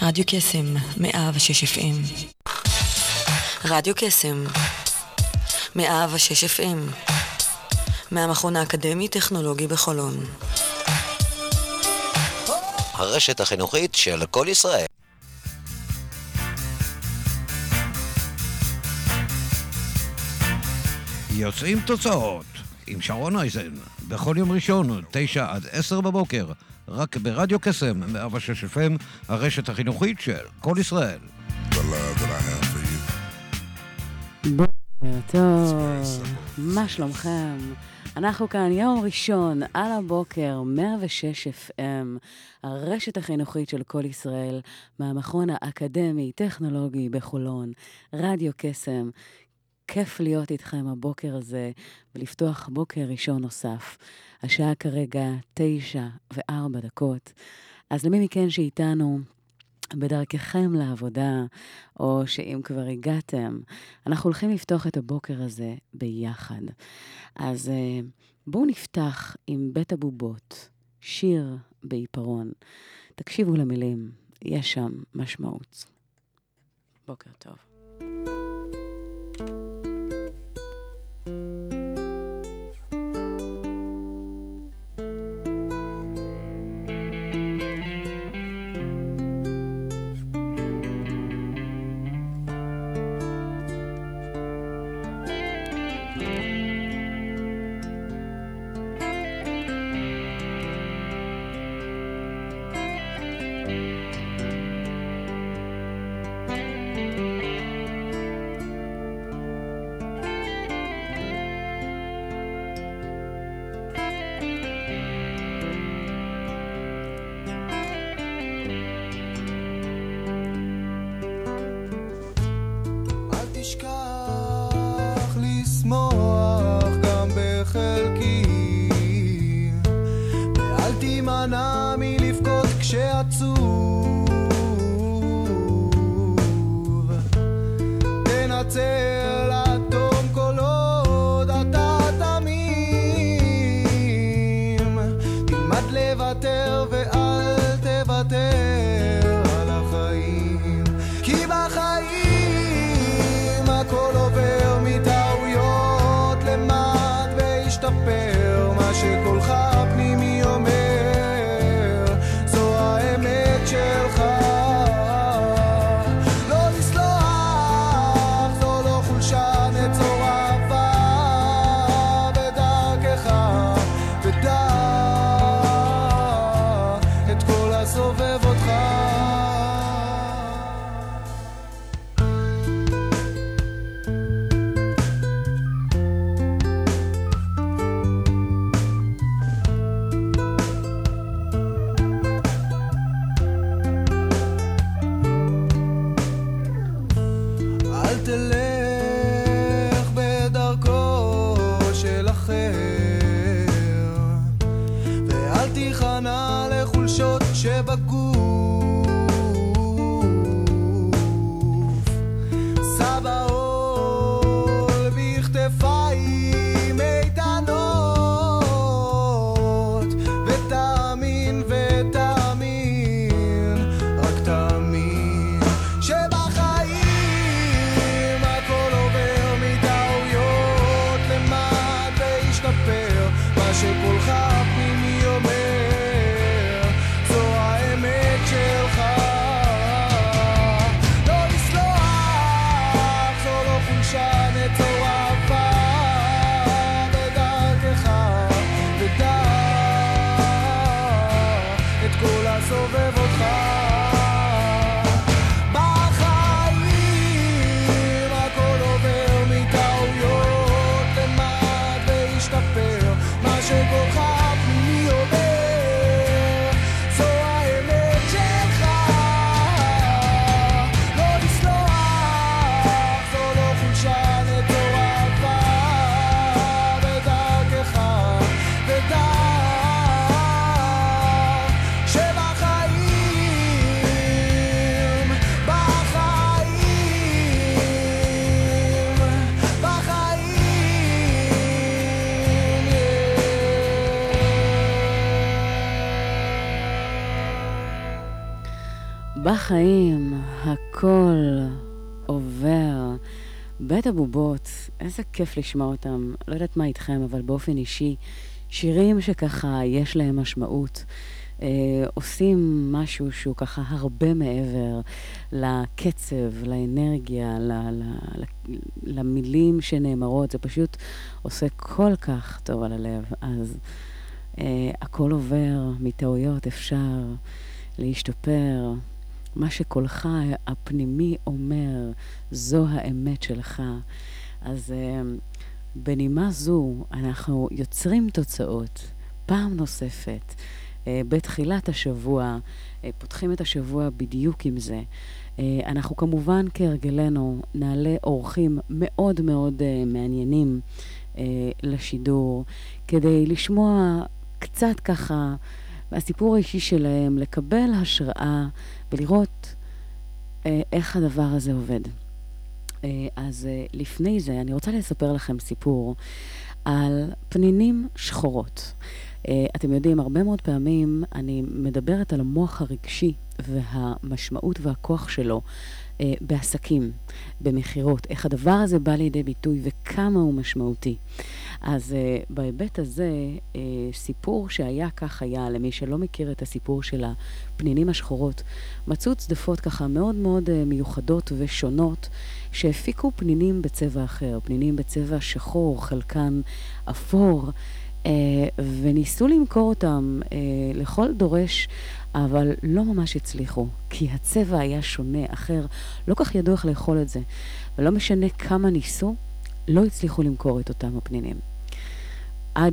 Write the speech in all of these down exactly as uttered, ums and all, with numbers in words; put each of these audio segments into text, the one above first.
רדיו קסם, מאה ושש אף אם. רדיו קסם, מאה ושש אף אם. מהמכון האקדמי-טכנולוגי בחולון. הרשת החינוכית של כל ישראל. יוצאים תוצאות עם שרון אייזן בכל יום ראשון תשע עד עשר בבוקר, רק ברדיו קסם מאה ושש אף אם, הרשת החינוכית של כל ישראל. בוקר טוב, מה שלומכם? אנחנו כאן יום ראשון על הבוקר, מאה ושש אף אם, הרשת החינוכית של כל ישראל, מהמכון האקדמי-טכנולוגי בחולון, רדיו קסם. כיף להיות איתכם הבוקר הזה ולפתוח בוקר ראשון נוסף. השעה כרגע תשע וארבע דקות. אז למי מכן שאיתנו בדרככם לעבודה, או שאם כבר הגעתם, אנחנו הולכים לפתוח את הבוקר הזה ביחד. אז בואו נפתח עם בית הבובות, שיר בעיפרון. תקשיבו למילים, יש שם משמעות. בוקר טוב. שכולך פנימי אומר, זו האמת בחיים הכל עובר. בית הבובות, איזה כיף לשמוע אותם. לא יודעת מה איתכם, אבל באופן אישי, שירים שככה יש להם משמעות, אה, עושים משהו שהוא ככה הרבה מעבר לקצב, לאנרגיה, ל, ל, ל, למילים שנאמרות. זה פשוט עושה כל כך טוב על הלב. אז אה, הכל עובר, מטעויות אפשר להשתפר. מה שקולך הפנימי אומר, זו האמת שלך. אז uh, בנימה זו אנחנו יוצרים תוצאות פעם נוספת. Uh, בתחילת השבוע, uh, פותחים את השבוע בדיוק עם זה. Uh, אנחנו כמובן כהרגלנו נעלה אורחים מאוד מאוד uh, מעניינים uh, לשידור, כדי לשמוע קצת ככה מהסיפור האישי שלהם, לקבל השראה ולראות אה, איך הדבר הזה עובד. אה, אז אה, לפני זה אני רוצה לספר לכם סיפור על פנינים שחורות. אה, אתם יודעים, הרבה מאוד פעמים אני מדברת על המוח הרגשי והמשמעות והכוח שלו אה, בעסקים, במחירות, איך הדבר הזה בא לידי ביטוי וכמה הוא משמעותי. אז uh, בהיבט הזה, uh, סיפור שהיה כך היה, למי שלא מכיר את הסיפור של הפנינים השחורות, מצאו צדפות ככה מאוד מאוד uh, מיוחדות ושונות, שהפיקו פנינים בצבע אחר, פנינים בצבע שחור, חלקן אפור, uh, וניסו למכור אותם uh, לכל דורש, אבל לא ממש הצליחו, כי הצבע היה שונה, אחר, לא כך ידעו איך לאכול את זה, ולא משנה כמה ניסו, לא הצליחו למכור את אותם הפנינים. עד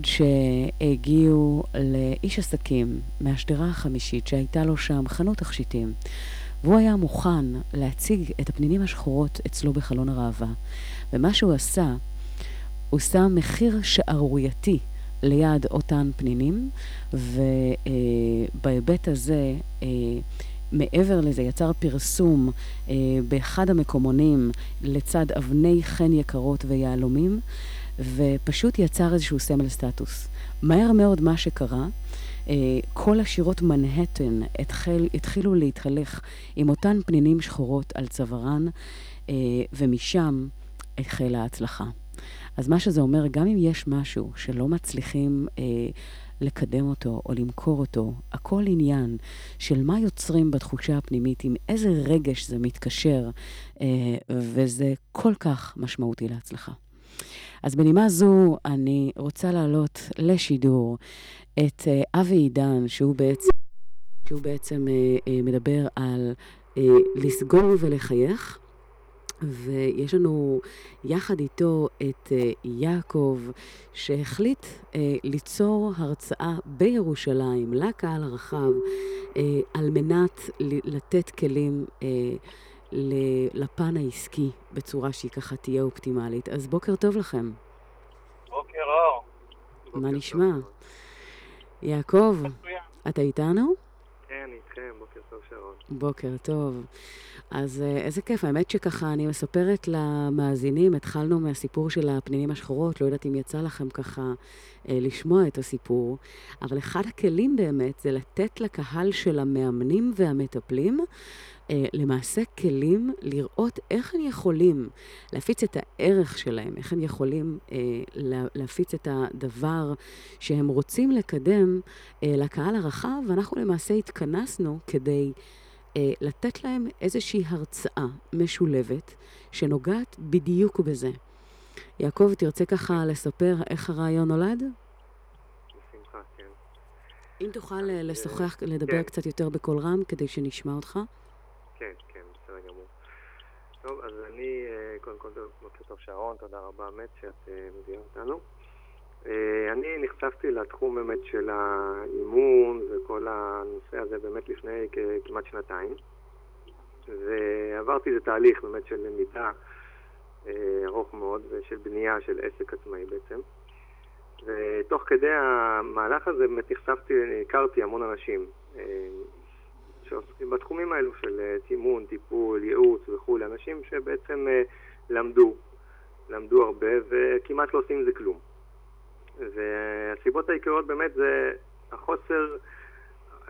שהגיעו לאיש עסקים מהשדרה החמישית שהייתה לו שם חנות תכשיטים, והוא היה מוכן להציג את הפנינים השחורות אצלו בחלון הראווה. ומה שהוא עשה, הוא שם מחיר שערורייתי ליד אותן פנינים, ובהיבט הזה, מעבר לזה, יצר פרסום באחד המקומונים לצד אבני חן יקרות ויעלומים, ופשוט יצר איזשהו סמל סטטוס. מהר מאוד מה שקרה, כל השירות מנהטן התחיל, התחילו להתהלך עם אותן פנינים שחורות על צווארן, ומשם התחילה ההצלחה. אז מה שזה אומר, גם אם יש משהו שלא מצליחים אה, לקדם אותו או למכור אותו, הכל עניין של מה יוצרים בתחושה הפנימית, עם איזה רגש זה מתקשר, אה, וזה כל כך משמעותי להצלחה. אז בנימה זו אני רוצה להעלות לשידור את אה, אבי עידן, שהוא בעצם, שהוא בעצם אה, אה, מדבר על אה, לסגור ולחייך, ויש לנו יחד איתו את uh, יעקב, שהחליט uh, ליצור הרצאה בירושלים לקהל הרחב, uh, על מנת לתת כלים uh, לפן העסקי בצורה שהיא ככה תהיה אופטימלית. אז בוקר טוב לכם. בוקר אור. מה נשמע? יעקב, אתה איתנו? כן, איתכם, בוקר טוב שרון. בוקר טוב. אז איזה כיף, האמת שככה אני מספרת למאזינים, התחלנו מהסיפור של הפנינים השחורות, לא יודעת אם יצא לכם ככה אה, לשמוע את הסיפור, אבל אחד הכלים באמת זה לתת לקהל של המאמנים והמטפלים, אה, למעשה כלים לראות איך הם יכולים להפיץ את הערך שלהם, איך הם יכולים אה, להפיץ את הדבר שהם רוצים לקדם אה, לקהל הרחב, ואנחנו למעשה התכנסנו כדי לתת להם איזושהי הרצאה משולבת שנוגעת בדיוק בזה. יעקב, תרצה ככה לספר איך הרעיון נולד? בשמחה, כן. אם תוכל לשוחח, לדבר קצת יותר בקול רם כדי שנשמע אותך. כן, כן, בסדר גמור. טוב, אז אני, קודם כל, בוקר טוב שרון, תודה רבה באמת שאת מביאה אותנו. אני נחשפתי לתחום באמת של האימון וכל הנושא הזה באמת לפני כמעט שנתיים, ועברתי איזה תהליך באמת של למידה ארוך מאוד ושל בנייה של עסק עצמאי בעצם, ותוך כדי המהלך הזה באמת נחשפתי, הכרתי המון אנשים שעוסקים בתחומים האלו של אימון, טיפול, ייעוץ וכו', אנשים שבעצם למדו, למדו הרבה וכמעט לא עושים עם זה כלום. והסיבות העיקריות באמת זה החוסר, לא יודע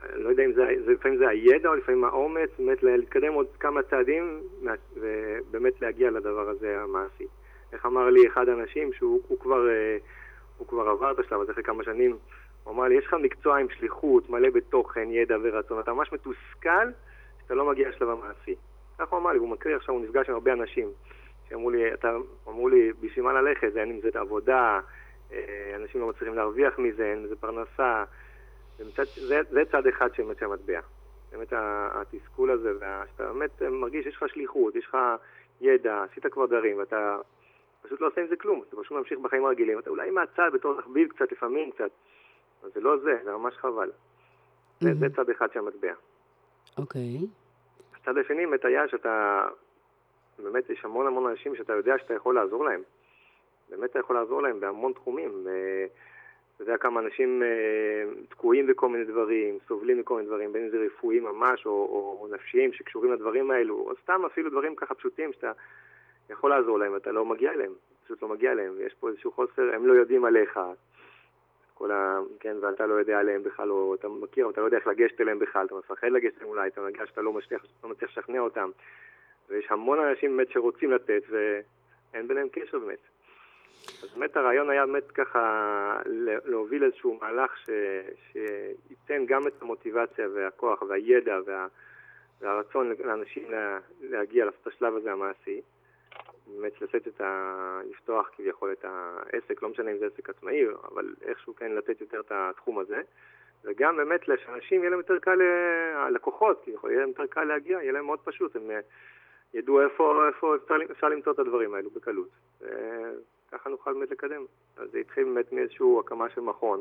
לפעמים זה, זה, לפעמים זה הידע, או לפעמים האומץ, באמת להתקדם עוד כמה צעדים, ובאמת להגיע לדבר הזה המעשי. איך אמר לי אחד האנשים שהוא הוא כבר, הוא כבר עבר את השלב הזה אחרי כמה שנים, הוא אמר לי, יש לך מקצוע עם שליחות, מלא בתוכן, ידע ורצון, אתה ממש מתוסכל שאתה לא מגיע לשלב המעשי. כך הוא אמר לי, הוא מקריא עכשיו, הוא נפגש עם הרבה אנשים, שאמרו לי, אתה, אמרו לי, בשביל מה ללכת, זה אין עם זה את העבודה, אנשים לא מצליחים להרוויח מזה, אין מזה פרנסה, זה, זה, זה צד אחד שבאמת שהמטבע. באמת התסכול הזה, שאתה באמת מרגיש שיש לך שליחות, יש לך ידע, עשית כבר דברים, ואתה פשוט לא עושה עם זה כלום, אתה פשוט ממשיך בחיים הרגילים, אתה אולי מהצד בתור תחביב קצת, לפעמים קצת, אבל זה לא זה, זה ממש חבל. Mm-hmm. זה, זה צד אחד שהמטבע. אוקיי. Okay. הצד השני באמת היה שאתה, באמת יש המון המון אנשים שאתה יודע שאתה יכול לעזור להם. באמת אתה יכול לעזור להם בהמון תחומים. אתה יודע כמה אנשים תקועים בכל מיני דברים, סובלים בכל מיני דברים, בין אם זה רפואיים ממש או, או, או נפשיים שקשורים לדברים האלו, או סתם אפילו דברים ככה פשוטים שאתה יכול לעזור להם, אתה לא מגיע אליהם, פשוט לא מגיע אליהם, ויש פה איזשהו חוסר, הם לא יודעים עליך, כל ה... כן, ואתה לא יודע עליהם בכלל, או אתה מכיר, אתה לא יודע איך לגשת אליהם בכלל, אתה מפחד לגשת אליהם אולי, אתה מגיע שאתה לא מצליח, לא מצליח לשכנע אותם, ויש המון אנשים באמת שרוצים לתת, ואין ביניהם קשר באמת. אז באמת הרעיון היה באמת ככה להוביל איזשהו מהלך ש... שייתן גם את המוטיבציה והכוח והידע וה... והרצון לאנשים לה... להגיע לשלב הזה המעשי, באמת לשאת את ה... לפתוח כביכול את העסק, לא משנה אם זה עסק עצמאי, אבל איכשהו כן לתת יותר את התחום הזה, וגם באמת לאנשים יהיה להם יותר קל, הלקוחות, כביכול, יהיה להם יותר קל להגיע, יהיה להם מאוד פשוט, הם ידעו איפה, איפה אפשר, אפשר למצוא את הדברים האלו בקלות. וככה נוכל באמת לקדם. אז זה התחיל באמת מאיזשהו הקמה של מכון,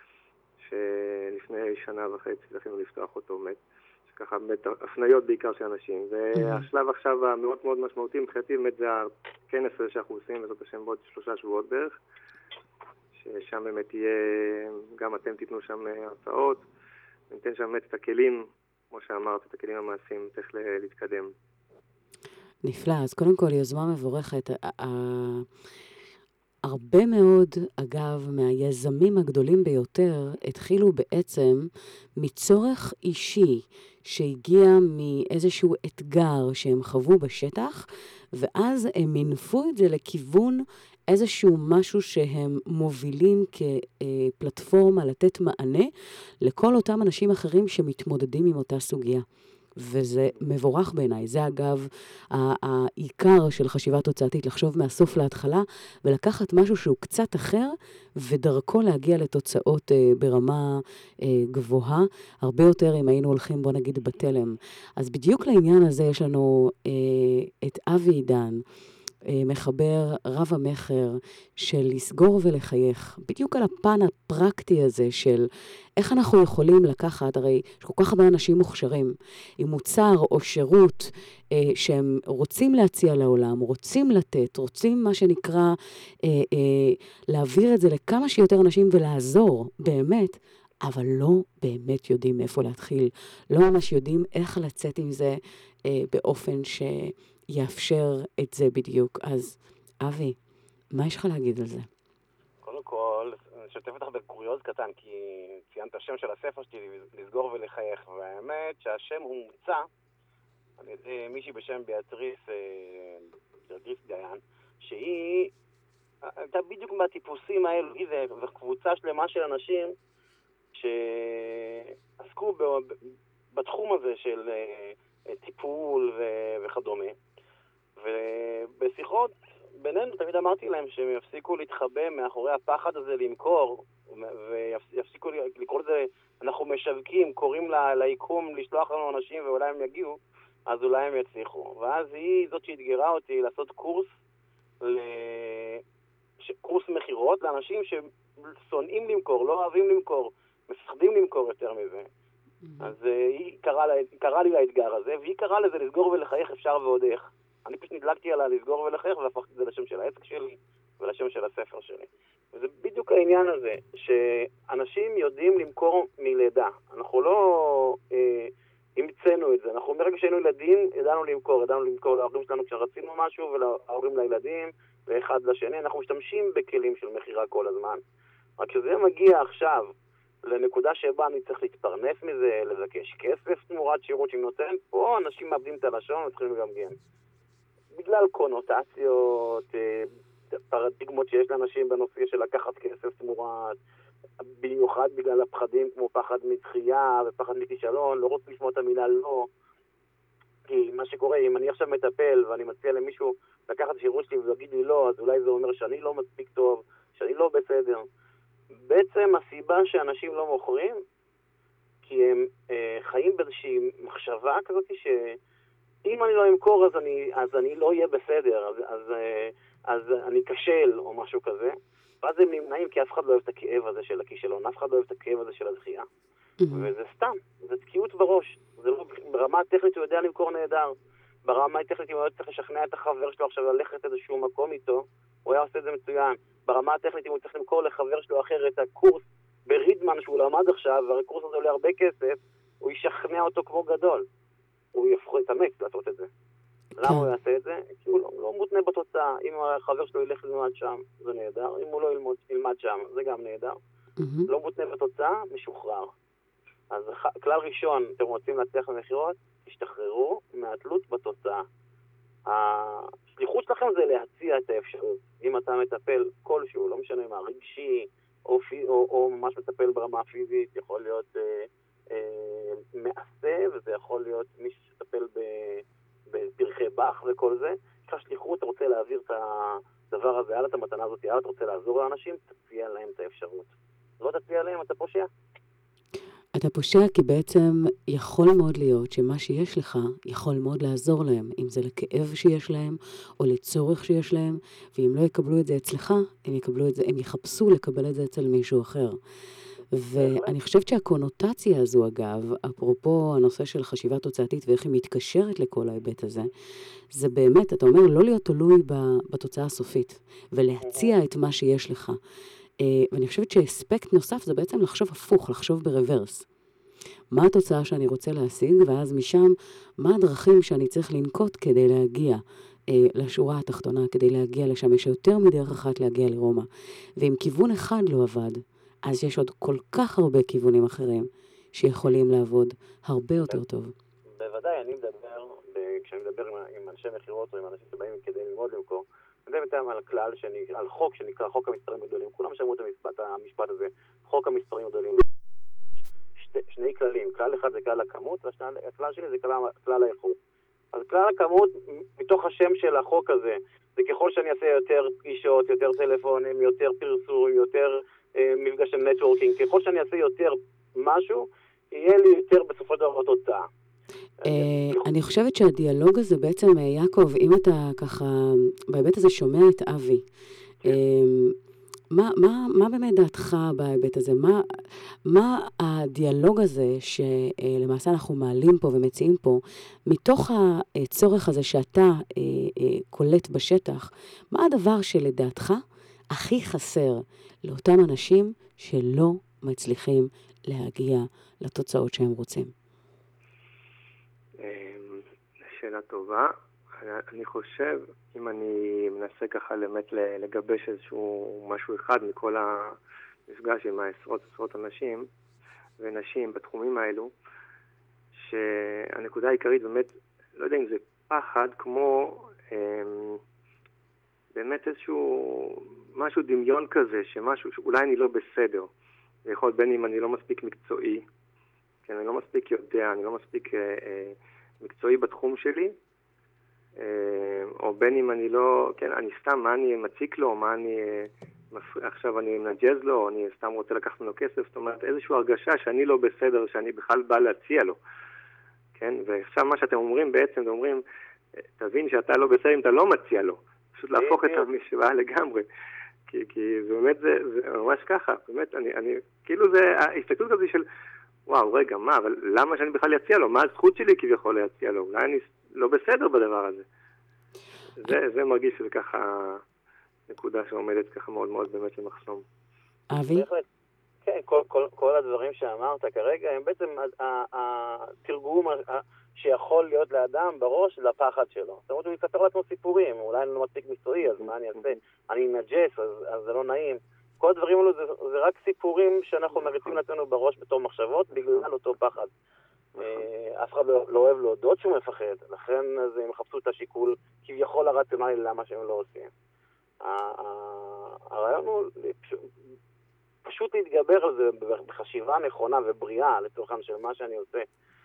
שלפני שנה וחצי זכינו לפתוח אותו באמת. ככה באמת הפניות בעיקר של אנשים, והשלב עכשיו המאוד מאוד משמעותי מבחינתי באמת זה הכנס הזה שאנחנו עושים, וזאת השם בעוד שלושה שבועות בערך, ששם באמת יהיה, גם אתם תיתנו שם הרצאות, וניתן שם באמת את הכלים, כמו שאמרת, את הכלים המעשיים, צריך להתקדם. נפלא, אז קודם כל יוזמה מבורכת, הרבה מאוד, אגב, מהיזמים הגדולים ביותר התחילו בעצם מצורך אישי שהגיע מאיזשהו אתגר שהם חוו בשטח, ואז הם מינפו את זה לכיוון איזשהו משהו שהם מובילים כפלטפורמה לתת מענה לכל אותם אנשים אחרים שמתמודדים עם אותה סוגיה. וזה מבורך בעיניי. זה אגב העיקר של חשיבה תוצאתית, לחשוב מהסוף להתחלה, ולקחת משהו שהוא קצת אחר, ודרכו להגיע לתוצאות אה, ברמה אה, גבוהה, הרבה יותר אם היינו הולכים, בוא נגיד, בתלם. אז בדיוק לעניין הזה יש לנו אה, את אבי עידן, מחבר רב המחר של לסגור ולחייך, בדיוק על הפן הפרקטי הזה של איך אנחנו יכולים לקחת, הרי יש כל כך הרבה אנשים מוכשרים, עם מוצר או שירות אה, שהם רוצים להציע לעולם, רוצים לתת, רוצים מה שנקרא אה, אה, להעביר את זה לכמה שיותר אנשים ולעזור באמת, אבל לא באמת יודעים איפה להתחיל, לא ממש יודעים איך לצאת עם זה אה, באופן ש... יאפשר את זה בדיוק. אז אבי, מה יש לך להגיד על זה? קודם כל, אני אשתף אותך בקוריוז קטן, כי ציינת השם של הספר שלי, לסגור ולחייך, והאמת שהשם הוא מוצא על ידי מישהי בשם ביאטריס, ביאטריס דיין, שהיא הייתה בדיוק מהטיפוסים האלו, היא וקבוצה שלמה של אנשים שעסקו בתחום הזה של טיפול וכדומה. ובשיחות בינינו תמיד אמרתי להם שהם יפסיקו להתחבא מאחורי הפחד הזה למכור, ויפסיקו לקרוא לזה, אנחנו משווקים, קוראים ליקום לשלוח לנו אנשים ואולי הם יגיעו, אז אולי הם יצליחו. ואז היא זאת שהתגרה אותי לעשות קורס, קורס מחירות לאנשים ששונאים למכור, לא אוהבים למכור, מפחדים למכור יותר מזה. אז היא קראה, קראה לי לאתגר הזה, והיא קראה לזה לסגור ולחייך אפשר ועוד איך. אני פשוט נדלקתי עליה לסגור ולחייך, והפכתי את זה לשם של העסק שלי ולשם של הספר שלי. וזה בדיוק העניין הזה, שאנשים יודעים למכור מלידה. אנחנו לא אה, המצאנו את זה. אנחנו מרגע שהיינו ילדים, ידענו למכור. ידענו למכור להורים שלנו כשרצינו משהו, ולהורים לילדים, ואחד לשני. אנחנו משתמשים בכלים של מחירה כל הזמן. רק שזה מגיע עכשיו לנקודה שבה אני צריך להתפרנס מזה, לבקש כסף תמורת שירות שאני נותן, פה אנשים מאבדים את הלשון ומתחילים לגמגם. בגלל קונוטציות, פרדיגמות שיש לאנשים בנושא של לקחת כסף תמורת, במיוחד בגלל הפחדים כמו פחד מתחייה ופחד מכישלון, לא רוצה לשמוע את המילה לא. כי מה שקורה, אם אני עכשיו מטפל ואני מציע למישהו לקחת שירות שלי ולהגיד לי לא, אז אולי זה אומר שאני לא מספיק טוב, שאני לא בסדר. בעצם הסיבה שאנשים לא מוכרים, כי הם אה, חיים באיזושהי מחשבה כזאת שאם אני לא אמכור אז אני, אז אני לא אהיה בסדר, אז, אז, אה, אז אני קשל או משהו כזה. ואז הם נמנעים כי אף אחד לא אוהב את הכאב הזה של הכישלון, אף אחד לא אוהב את הכאב הזה של הדחייה. Mm-hmm. וזה סתם, זה תקיעות בראש. זה לא, ברמה הטכנית הוא יודע למכור נהדר. ברמה הטכנית אם הוא צריך לשכנע את החבר שלו עכשיו ללכת איזשהו מקום איתו, הוא היה עושה את זה מצוין. ברמה הטכנית אם הוא צריך למכור לחבר שלו אחר את הקורס ברידמן שהוא למד עכשיו, והקורס הזה עולה הרבה כסף, הוא ישכנע אותו כמו גדול. הוא יפחו את המק לעשות את זה. למה הוא יעשה את זה? כי הוא לא, לא מותנה בתוצאה. אם החבר שלו ילך ללמד שם, זה נהדר. אם הוא לא ילמד, ילמד שם, זה גם נהדר. Mm-hmm. לא מותנה בתוצאה, משוחרר. אז כלל ראשון, אתם רוצים להצליח למחירות, תשתחררו מהתלות בתוצאה. השליחות שלכם זה להציע את האפשרות. אם אתה מטפל כלשהו, לא משנה מה, רגשי, או, או, או ממש מטפל ברמה הפיזית, יכול להיות אה, אה, מעשה, וזה יכול להיות מישהו שטפל בפרחי בח וכל זה. יש לך שליחות, אתה רוצה להעביר את הדבר הזה, על את המתנה הזאת, אתה רוצה לעזור לאנשים, תציע להם את האפשרות. לא תציע להם, אתה פושע. אתה פושע כי בעצם יכול מאוד להיות שמה שיש לך יכול מאוד לעזור להם, אם זה לכאב שיש להם או לצורך שיש להם, ואם לא יקבלו את זה אצלך, הם יקבלו את זה, הם יחפשו לקבל את זה אצל מישהו אחר. ואני חושבת שהקונוטציה הזו אגב, אפרופו הנושא של חשיבה תוצאתית ואיך היא מתקשרת לכל ההיבט הזה, זה באמת, אתה אומר, לא להיות תלוי בתוצאה הסופית, ולהציע את מה שיש לך. ואני חושבת שאספקט נוסף זה בעצם לחשוב הפוך, לחשוב ברוורס. מה התוצאה שאני רוצה להשיג, ואז משם, מה הדרכים שאני צריך לנקוט כדי להגיע אה, לשורה התחתונה, כדי להגיע לשם. יש יותר מדרך אחת להגיע לרומא. ואם כיוון אחד לא עבד, אז יש עוד כל כך הרבה כיוונים אחרים שיכולים לעבוד הרבה יותר טוב. בוודאי, אני מדבר, כשאני מדבר עם, עם אנשי מחירות או עם אנשים שבאים כדי ללמוד למכור, אני מדבר איתם על כלל, על חוק שנקרא חוק המספרים הגדולים. כולם שמעו את המשפט, המשפט הזה, חוק המספרים הגדולים. שתי, שני כללים, כלל אחד זה כלל הכמות, והכלל שני זה כלל, כלל האיכות. אז כלל הכמות, מתוך השם של החוק הזה, זה ככל שאני אעשה יותר פגישות, יותר טלפונים, יותר פרסום, יותר אה, מפגש של נטוורקינג, ככל שאני אעשה יותר משהו, יהיה לי יותר בסופו של דבר תוצאה. אני חושבת שהדיאלוג הזה בעצם, יעקב, אם אתה ככה, בהיבט הזה שומע את אבי, מה, מה, מה באמת דעתך בהיבט הזה? מה, מה הדיאלוג הזה שלמעשה אנחנו מעלים פה ומציעים פה, מתוך הצורך הזה שאתה קולט בשטח, מה הדבר שלדעתך הכי חסר לאותם אנשים שלא מצליחים להגיע לתוצאות שהם רוצים? שאלה טובה. אני חושב, אם אני מנסה ככה באמת לגבש איזשהו משהו אחד מכל המפגש עם העשרות עשרות אנשים ונשים בתחומים האלו, שהנקודה העיקרית באמת, לא יודע אם זה פחד, כמו אה, באמת איזשהו משהו דמיון כזה, שמשהו שאולי אני לא בסדר. זה יכול להיות בין אם אני לא מספיק מקצועי, כן, אני לא מספיק יודע, אני לא מספיק אה, אה, מקצועי בתחום שלי, או בין אם אני לא, כן, אני סתם, מה אני מציק לו, מה אני, עכשיו אני מנג'ז לו, או אני סתם רוצה לקחת ממנו כסף, זאת אומרת, איזושהי הרגשה שאני לא בסדר, שאני בכלל בא להציע לו, כן, ועכשיו מה שאתם אומרים בעצם, אתם אומרים, תבין שאתה לא בסדר אם אתה לא מציע לו, פשוט להפוך את המשוואה לגמרי, כי, כי באמת זה, זה ממש ככה, באמת, אני, אני, כאילו זה, ההסתכלות כזאת של, וואו, רגע, מה, אבל למה שאני בכלל אציע לו? מה הזכות שלי כביכול להציע לו? אולי אני לא בסדר בדבר הזה. זה, זה מרגיש שזה ככה נקודה שעומדת ככה מאוד מאוד באמת למחסום. אבי? כן, כל, כל, כל הדברים שאמרת כרגע הם בעצם התרגום שיכול להיות לאדם בראש לפחד שלו. זאת אומרת, הוא יספר לעצמו סיפורים, אולי אני לא מספיק מקצועי, אז מה אני אעשה? אני נג'ס, אז, אז זה לא נעים. כל הדברים האלו זה, זה רק סיפורים שאנחנו מריצים לעצמנו בראש בתור מחשבות, בגלל אותו פחד. אף אחד לא, לא אוהב להודות שהוא מפחד, לכן אז הם מחפשו את השיקול כביכול הרציונלי למה שהם לא עושים. הרעיון הוא פשוט להתגבר על זה בחשיבה נכונה ובריאה לצורכם של מה שאני עושה.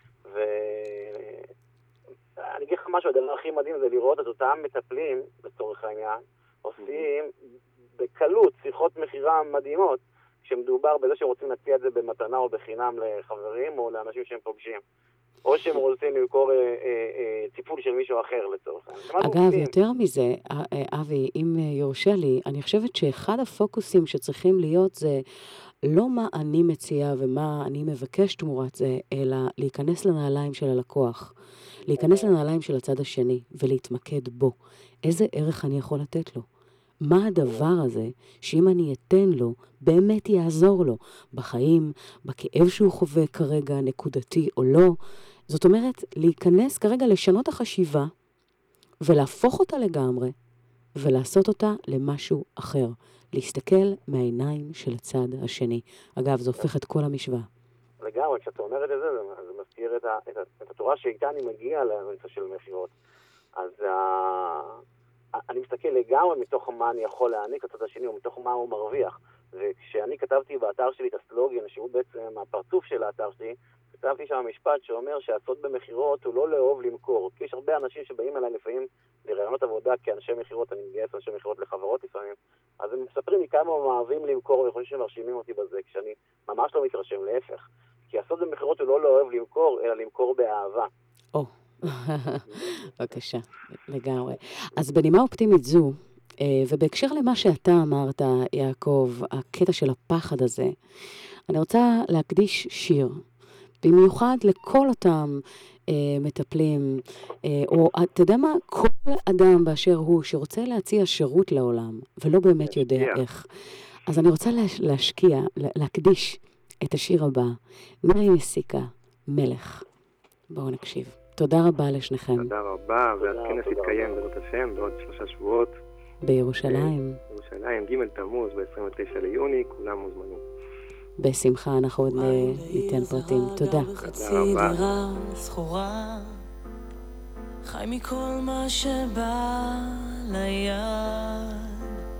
ואני אגיד לך משהו, הדבר הכי מדהים זה לראות את אותם מטפלים, לצורך העניין, עושים בקלות שיחות מחירה מדהימות, כשמדובר בזה שרוצים להציע את זה במתנה או בחינם לחברים או לאנשים שהם פוגשים. או שהם רוצים למכור אה, אה, אה, טיפול של מישהו אחר לצורך. אגב, יותר מזה, אבי, אם יורשה לי, אני חושבת שאחד הפוקוסים שצריכים להיות זה לא מה אני מציעה ומה אני מבקש תמורת זה, אלא להיכנס לנעליים של הלקוח, להיכנס לנעליים של הצד השני ולהתמקד בו. איזה ערך אני יכול לתת לו? מה הדבר הזה שאם אני אתן לו, באמת יעזור לו בחיים, בכאב שהוא חווה כרגע, נקודתי או לא. זאת אומרת, להיכנס כרגע לשנות החשיבה ולהפוך אותה לגמרי ולעשות אותה למשהו אחר. להסתכל מהעיניים של הצד השני. אגב, זה הופך את כל המשוואה. לגמרי, כשאתה אומר את זה, זה מזכיר את, ה, את, ה, את התורה שאיתה אני מגיע לנושא של מחירות. אז ה... אני מסתכל לגמרי מתוך מה אני יכול להעניק לצד השני, או מתוך מה הוא מרוויח. וכשאני כתבתי באתר שלי את הסלוגן, שהוא בעצם הפרצוף של האתר שלי, כתבתי שם משפט שאומר שהסוד במחירות הוא לא לאהוב למכור. כי יש הרבה אנשים שבאים אליי לפעמים לרעיונות עבודה כאנשי מחירות, אני מגייס אנשי מחירות לחברות לפעמים, אז הם מספרים לי כמה הם אוהבים למכור, ויכולים שמרשימים אותי בזה, כשאני ממש לא מתרשם, להפך. כי הסוד במחירות הוא לא לאהוב למכור, אלא למכור באהבה. או. בבקשה, לגמרי. אז בנימה אופטימית זו, ובהקשר למה שאתה אמרת, יעקב, הקטע של הפחד הזה, אני רוצה להקדיש שיר, במיוחד לכל אותם אה, מטפלים, אה, או אתה יודע מה, כל אדם באשר הוא שרוצה להציע שירות לעולם, ולא באמת יודע איך. אז אני רוצה להשקיע, להקדיש את השיר הבא, מירי מסיקה, מלך. בואו נקשיב. תודה רבה לשניכם. תודה רבה, והכנס יתקיים בעזרת השם בעוד שלושה שבועות. בירושלים. בירושלים, ג' תמוז, ב-עשרים ותשעה ליוני, כולם מוזמנים. בשמחה, אנחנו עוד ניתן פרטים. תודה. תודה רבה. סחורה, חי מכל מה שבא ליד,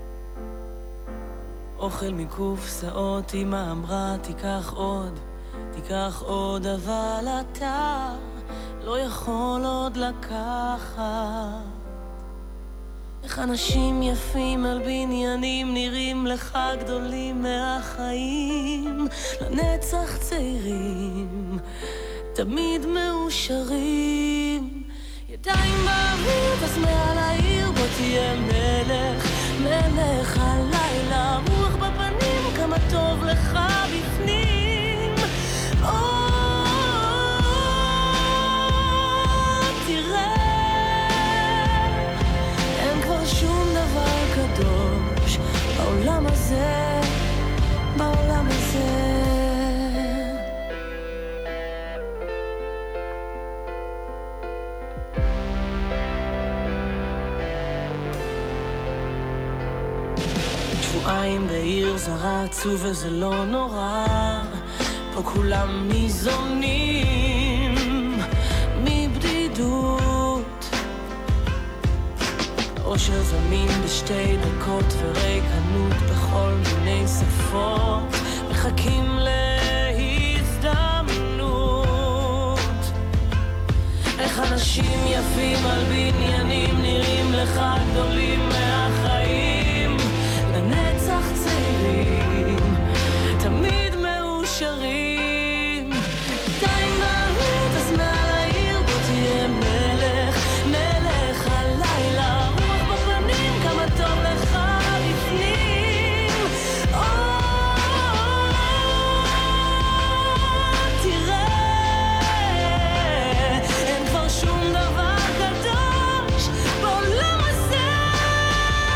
אוכל מקופסאות, אמא אמרה תיקח עוד, תיקח עוד, אבל אתה לא יכול עוד לקחת. איך אנשים יפים על בניינים נראים לך גדולים מהחיים, לנצח צעירים, תמיד מאושרים, ידיים באוויר אז מעל העיר, בוא תהיה מלך, מלך הלילה, רוח בפנים, כמה טוב לך בפנים. או תראה, אין כבר שום דבר קדוש בעולם הזה, בעולם הזה. שבועיים בעיר זרה עצוב וזה לא נורא, פה כולם ניזונים מבדידות, אושר זמין בשתי דקות וריקנות בכל מיני שפות, מחכים להזדמנות. איך אנשים יפים על בניינים נראים לך גדולים מהחיים, לנצח צעירים, תמיד מאושרים, עדיין מהות אז מעל העיר, בוא תהיה מלך, מלך הלילה, רוח בפנים, כמה טוב לך בפנים. או תראה, אין כבר שום דבר קדוש בעולם הזה,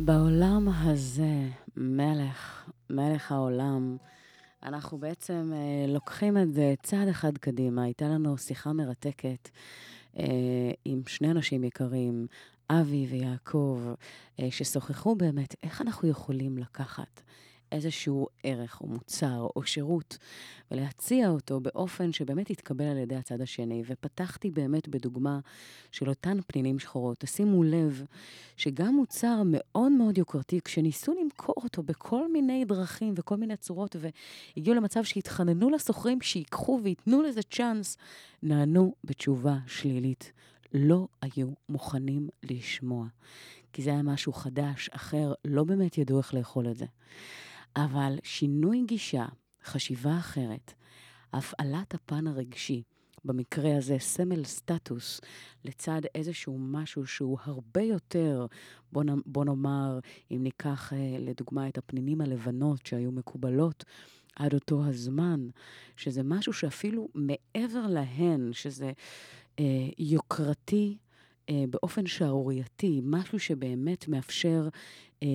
בעולם הזה, מלך, מלך העולם, אנחנו בעצם אה, לוקחים את זה צעד אחד קדימה. הייתה לנו שיחה מרתקת אה, עם שני אנשים יקרים, אבי ויעקב, אה, ששוחחו באמת איך אנחנו יכולים לקחת איזשהו ערך או מוצר או שירות ולהציע אותו באופן שבאמת יתקבל על ידי הצד השני. ופתחתי באמת בדוגמה של אותן פנינים שחורות. תשימו לב שגם מוצר מאוד מאוד יוקרתי, כשניסו למכור אותו בכל מיני דרכים וכל מיני צורות, והגיעו למצב שהתחננו לסוחרים שיקחו ויתנו לזה צ'אנס, נענו בתשובה שלילית. לא היו מוכנים לשמוע. כי זה היה משהו חדש, אחר, לא באמת ידעו איך לאכול את זה. אבל שינוי גישה, חשיבה אחרת, הפעלת הפן הרגשי, במקרה הזה סמל סטטוס, לצד איזשהו משהו שהוא הרבה יותר, בוא, נ, בוא נאמר, אם ניקח אה, לדוגמה את הפנינים הלבנות שהיו מקובלות עד אותו הזמן, שזה משהו שאפילו מעבר להן, שזה אה, יוקרתי אה, באופן שערורייתי, משהו שבאמת מאפשר אה,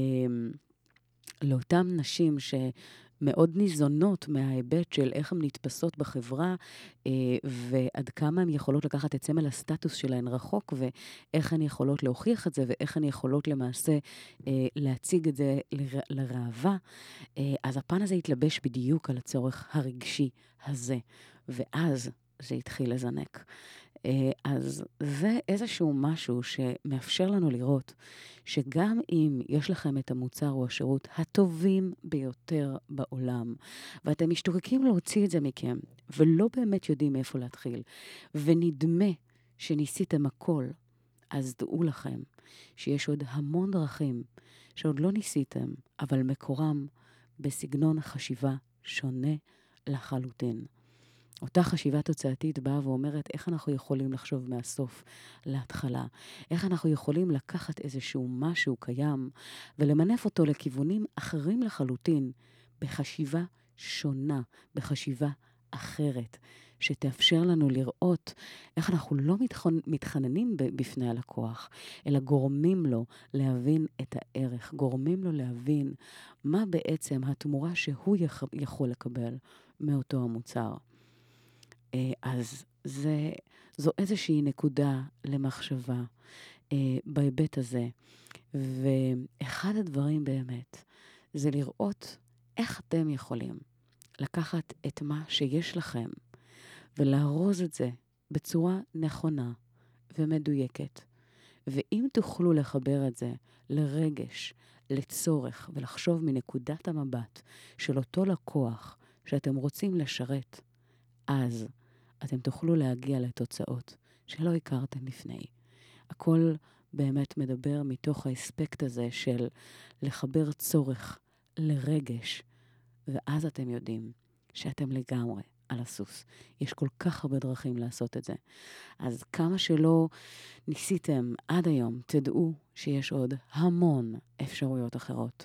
לאותם נשים שמאוד ניזונות מההיבט של איך הן נתפסות בחברה, אה, ועד כמה הן יכולות לקחת את סמל הסטטוס שלהן רחוק, ואיך הן יכולות להוכיח את זה, ואיך הן יכולות למעשה אה, להציג את זה לר, לראווה. אה, אז הפן הזה התלבש בדיוק על הצורך הרגשי הזה, ואז זה התחיל לזנק. אז זה איזשהו משהו שמאפשר לנו לראות שגם אם יש לכם את המוצר או השירות הטובים ביותר בעולם, ואתם משתוקקים להוציא את זה מכם, ולא באמת יודעים איפה להתחיל, ונדמה שניסיתם הכל, אז דעו לכם שיש עוד המון דרכים שעוד לא ניסיתם, אבל מקורם בסגנון חשיבה שונה לחלוטין. אותה חשיבה תוצאתית באה ואומרת איך אנחנו יכולים לחשוב מהסוף להתחלה. איך אנחנו יכולים לקחת איזשהו משהו קיים ולמנף אותו לכיוונים אחרים לחלוטין, בחשיבה שונה, בחשיבה אחרת, שתאפשר לנו לראות איך אנחנו לא מתחננים בפני הלקוח, אלא גורמים לו להבין את הערך, גורמים לו להבין מה בעצם התמורה שהוא יכול לקבל מאותו המוצר. אז זה, זו איזושהי נקודה למחשבה אה, בהיבט הזה. ואחד הדברים באמת זה לראות איך אתם יכולים לקחת את מה שיש לכם ולארוז את זה בצורה נכונה ומדויקת. ואם תוכלו לחבר את זה לרגש, לצורך ולחשוב מנקודת המבט של אותו לקוח שאתם רוצים לשרת, אז אתם תוכלו להגיע לתוצאות שלא הכרתם לפני. הכל באמת מדבר מתוך האספקט הזה של לחבר צורך לרגש, ואז אתם יודעים שאתם לגמרי על הסוס. יש כל כך הרבה דרכים לעשות את זה. אז כמה שלא ניסיתם עד היום, תדעו שיש עוד המון אפשרויות אחרות.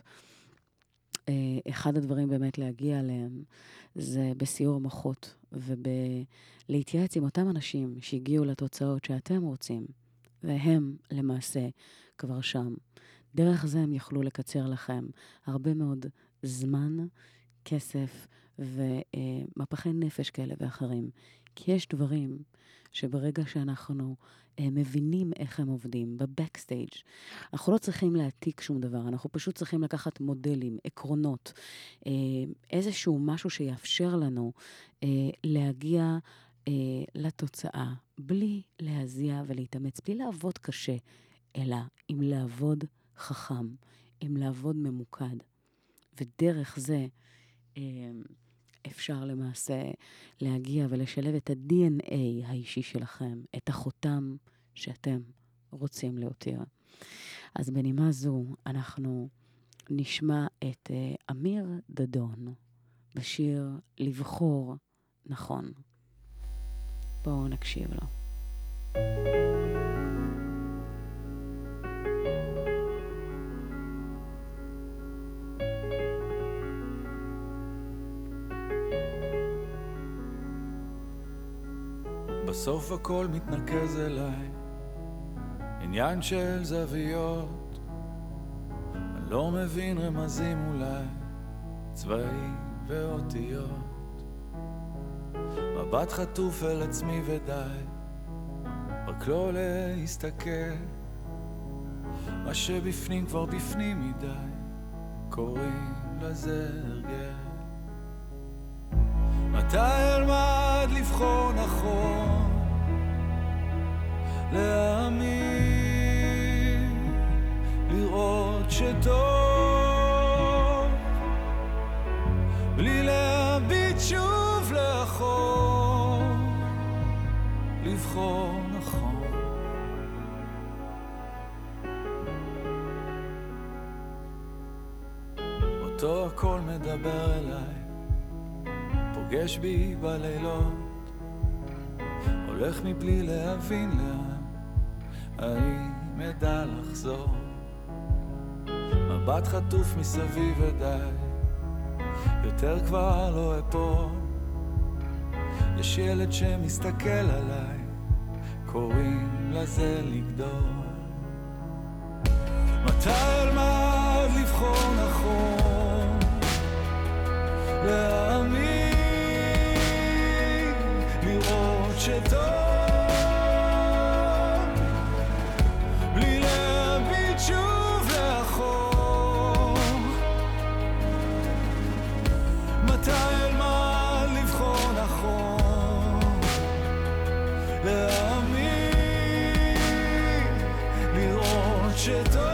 אחד הדברים באמת להגיע אליהם זה בסיור מוחות ובלהתייעץ עם אותם אנשים שהגיעו לתוצאות שאתם רוצים, והם למעשה כבר שם. דרך זה הם יכלו לקצר לכם הרבה מאוד זמן, כסף ומפחי נפש כאלה ואחרים. כי יש דברים שברגע שאנחנו אה, מבינים איך הם עובדים, בבקסטייג', אנחנו לא צריכים להעתיק שום דבר, אנחנו פשוט צריכים לקחת מודלים, עקרונות, אה, איזשהו משהו שיאפשר לנו אה, להגיע אה, לתוצאה, בלי להזיע ולהתאמץ, בלי לעבוד קשה, אלא עם לעבוד חכם, עם לעבוד ממוקד. ודרך זה אה, אפשר למעשה להגיע ולשלב את ה-די אן איי האישי שלכם, את החותם שאתם רוצים להותיר. אז בנימה זו אנחנו נשמע את uh, אמיר דדון בשיר לבחור נכון. בואו נקשיב לו. בסוף הכל מתנקז אליי, עניין של זוויות. לא מבין רמזים אולי, צבעים ואותיות, מבט חטוף אל עצמי ודי, רק לא להסתכל, מה שבפנים כבר בפנים מדי, קוראים לזה הרגל. מתי אלמד לבחור נכון, להאמין, לראות שטוב, בלי להביט שוב לאחור, לבחור נכון. אותו הכל מדבר אליי, פוגש בי בלילות, הולך מבלי להבין לאן, האם אדע לחזור, מבט חטוף מסביב ודי, יותר כבר לא אפול, יש ילד שמסתכל עליי, קוראים לזה לגדול. מתי אלמד לבחור נכון, להאמין, לראות שטוב, בלי להביט שוב לאחור. מתי אלמד לבחור נכון, להאמין, לראות שטוב,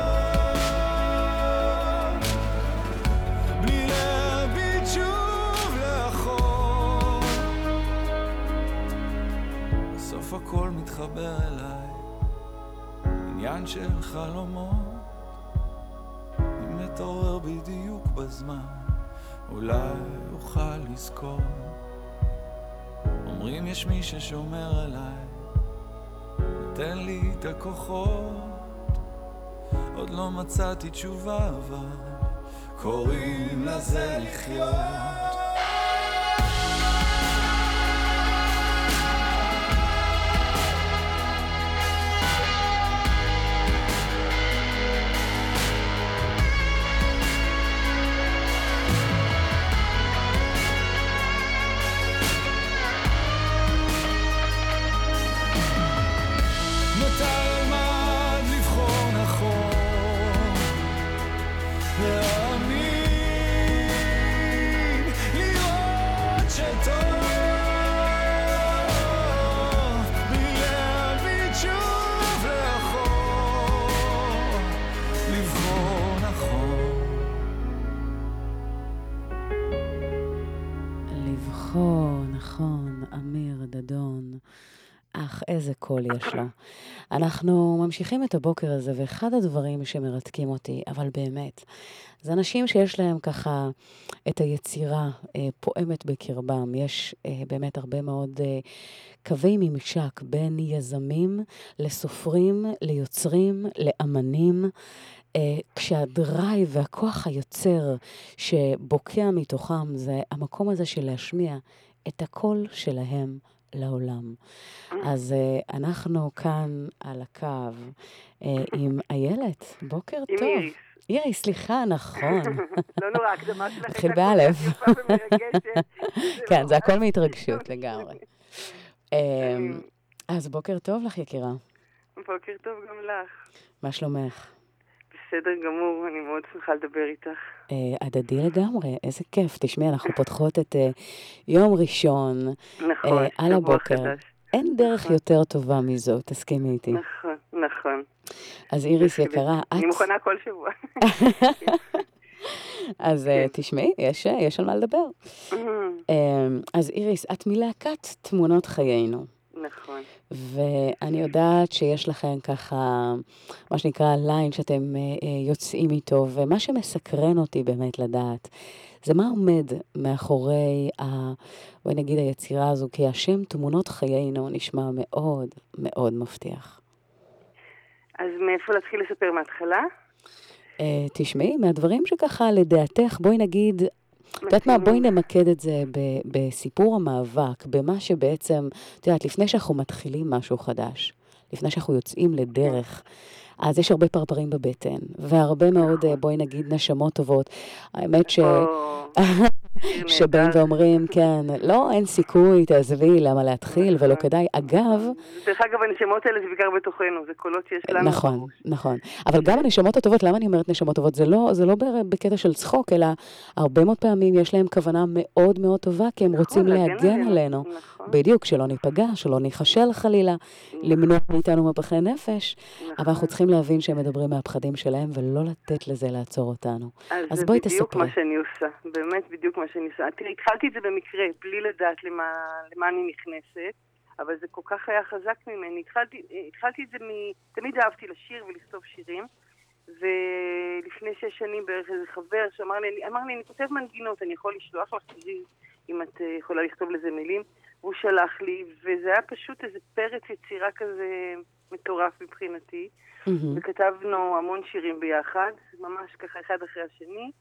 הכל מתחבר אליי, עניין של חלומות, אם מתעורר בדיוק בזמן, אולי אוכל לזכור. אומרים יש מי ששומר עליי, נותן לי את הכוחות, עוד לא מצאתי תשובה אבל קוראים לזה לחיות. נכון, אמיר דדון, אך איזה קול יש לו. אנחנו ממשיכים את הבוקר הזה, ואחד הדברים שמרתקים אותי, אבל באמת, זה אנשים שיש להם ככה את היצירה אה, פועמת בקרבם. יש אה, באמת הרבה מאוד אה, קווי ממשק בין יזמים לסופרים, ליוצרים, לאמנים, אה, כשהדרייב והכוח היוצר שבוקע מתוכם זה המקום הזה של להשמיע את הקול שלהם לעולם. אז uh, אנחנו כאן על הקו uh, עם איילת. בוקר עם טוב. איריס. איריס, סליחה, נכון. לא נורא, הקדמה שלך התחיל הייתה באלף. כל כך יפה ומרגשת. כן, זה הכל מהתרגשות לגמרי. Um, אז בוקר טוב לך, יקירה. בוקר טוב גם לך. מה שלומך? בסדר גמור, אני מאוד שמחה לדבר איתך. Uh, הדדי לגמרי, איזה כיף. תשמעי, אנחנו פותחות את uh, יום ראשון נכון, uh, על הבוקר. חדש. אין דרך נכון. יותר טובה מזו, תסכימי איתי. נכון, נכון. אז איריס יקרה, את... אני מוכנה כל שבוע. אז uh, תשמעי, יש, יש על מה לדבר. uh, אז איריס, את מלהקת תמונות חיינו. נכון. ואני יודעת שיש לכם ככה, מה שנקרא ליין שאתם uh, יוצאים איתו, ומה שמסקרן אותי באמת לדעת, זה מה עומד מאחורי, ה, בואי נגיד, היצירה הזו, כי השם תמונות חיינו נשמע מאוד מאוד מבטיח. אז מאיפה להתחיל לספר מההתחלה? Uh, תשמעי, מהדברים שככה לדעתך, בואי נגיד, את יודעת מה, בואי נמקד את זה ב- בסיפור המאבק, במה שבעצם, את יודעת, לפני שאנחנו מתחילים משהו חדש, לפני שאנחנו יוצאים לדרך, אז יש הרבה פרפרים בבטן, והרבה מאוד, בואי נגיד, נשמות טובות. האמת ש... שבאים ואומרים, כן, לא, אין סיכוי, תעזבי, למה להתחיל, ולא כדאי. אגב... דרך אגב, הנשמות האלה זה בעיקר בתוכנו, זה קולות שיש לנו. נכון, נכון. אבל גם הנשמות הטובות, למה אני אומרת נשמות טובות? זה לא, זה לא בקטע של צחוק, אלא הרבה מאוד פעמים יש להם כוונה מאוד מאוד טובה, כי הם רוצים להגן עלינו. בדיוק, שלא ניפגע, שלא ניחשל חלילה, למנוע מאיתנו מפחי נפש, אבל אנחנו צריכים להבין שהם מדברים מהפחדים שלהם, ולא לתת לזה לעצור אותנו. אז בואי תספרי. זה בדיוק מה שאני עושה, באמת בדיוק מה שאני עושה. תראי, התחלתי את זה במקרה, בלי לדעת למה, למה אני נכנסת, אבל זה כל כך היה חזק ממני. התחלתי, התחלתי את זה מ... תמיד אהבתי לשיר ולכתוב שירים, ולפני שש שנים בערך איזה חבר שאמר לי, אמר לי, אני כותב מנגינות, אני יכול לשלוח לך שירים, אם את יכולה לכתוב לזה מילים. והוא שלח לי, וזה היה פשוט איזה פרץ יצירה כזה מטורף מבחינתי, mm-hmm. וכתבנו המון שירים ביחד, ממש ככה אחד אחרי השני,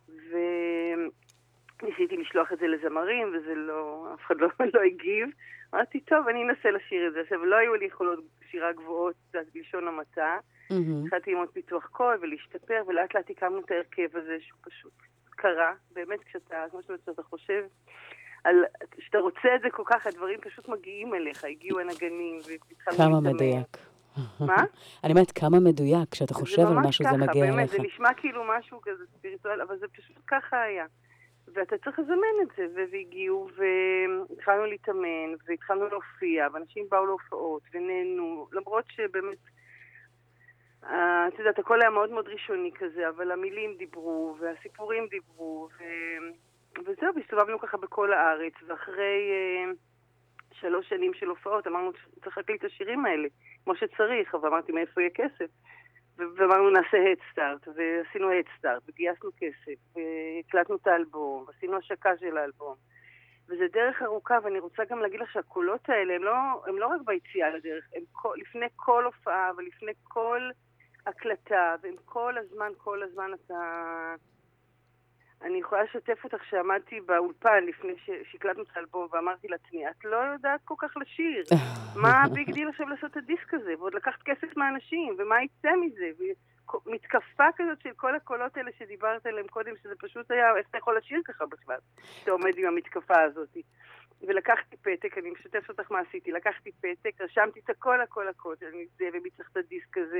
וניסיתי לשלוח את זה לזמרים, וזה לא, אף אחד לא, לא הגיב. אמרתי, טוב, אני אנסה לשיר את זה. עכשיו, לא היו לי יכולות שירה גבוהות, בלשון המעטה. התחלתי ללמוד פיתוח קול ולהשתפר, ולאט לאט הקמנו את ההרכב הזה, שהוא פשוט קרה. באמת, כשאתה, כמו שאתה חושב, כשאתה רוצה את זה כל כך, הדברים פשוט מגיעים אליך, הגיעו הנגנים, כמה מדויק. מה? אני אומרת, כמה מדויק, כשאתה חושב על משהו, זה מגיע אליך. באמת, זה נשמע כאילו משהו כזה ספיריטואל, אבל זה פשוט ככה היה. ואתה צריך לזמן את זה, והגיעו, והתחלנו להתאמן, והתחלנו להופיע, ואנשים באו להופעות, ונהנו, למרות שבאמת, אתה יודעת, הכל היה מאוד מאוד ראשוני כזה, אבל המילים דיברו, והסיפורים דיברו, ו... וזהו, הסתובבנו ככה בכל הארץ, ואחרי אה, שלוש שנים של הופעות, אמרנו, צריך להקליט את השירים האלה, כמו שצריך, אבל אמרתי, מאיפה יהיה כסף? ואמרנו, נעשה הדסטארט, ועשינו הדסטארט, וגייסנו כסף, והקלטנו את האלבום, ועשינו השקה של האלבום. וזה דרך ארוכה, ואני רוצה גם להגיד לך שהקולות האלה, הם לא, הם לא רק ביציאה לדרך, הם כל, לפני כל הופעה, ולפני כל הקלטה, והם כל הזמן, כל הזמן אתה... אני יכולה לשתף אותך שעמדתי באולפן לפני שהקלטנו את האלבום ואמרתי לעצמי, את לא יודעת כל כך לשיר. מה הביג דיל עכשיו לעשות את הדיסק הזה? ועוד לקחת כסף מהאנשים, ומה יצא מזה? מתקפה כזאת של כל הקולות האלה שדיברת עליהם קודם, שזה פשוט היה, איך אתה יכול לשיר ככה בכלל? אתה עומד עם המתקפה הזאת. ולקחתי פתק, אני משתף אותך מה עשיתי, לקחתי פתק, רשמתי את הכל, הכל, הכל, ומי צריך את הדיסק הזה,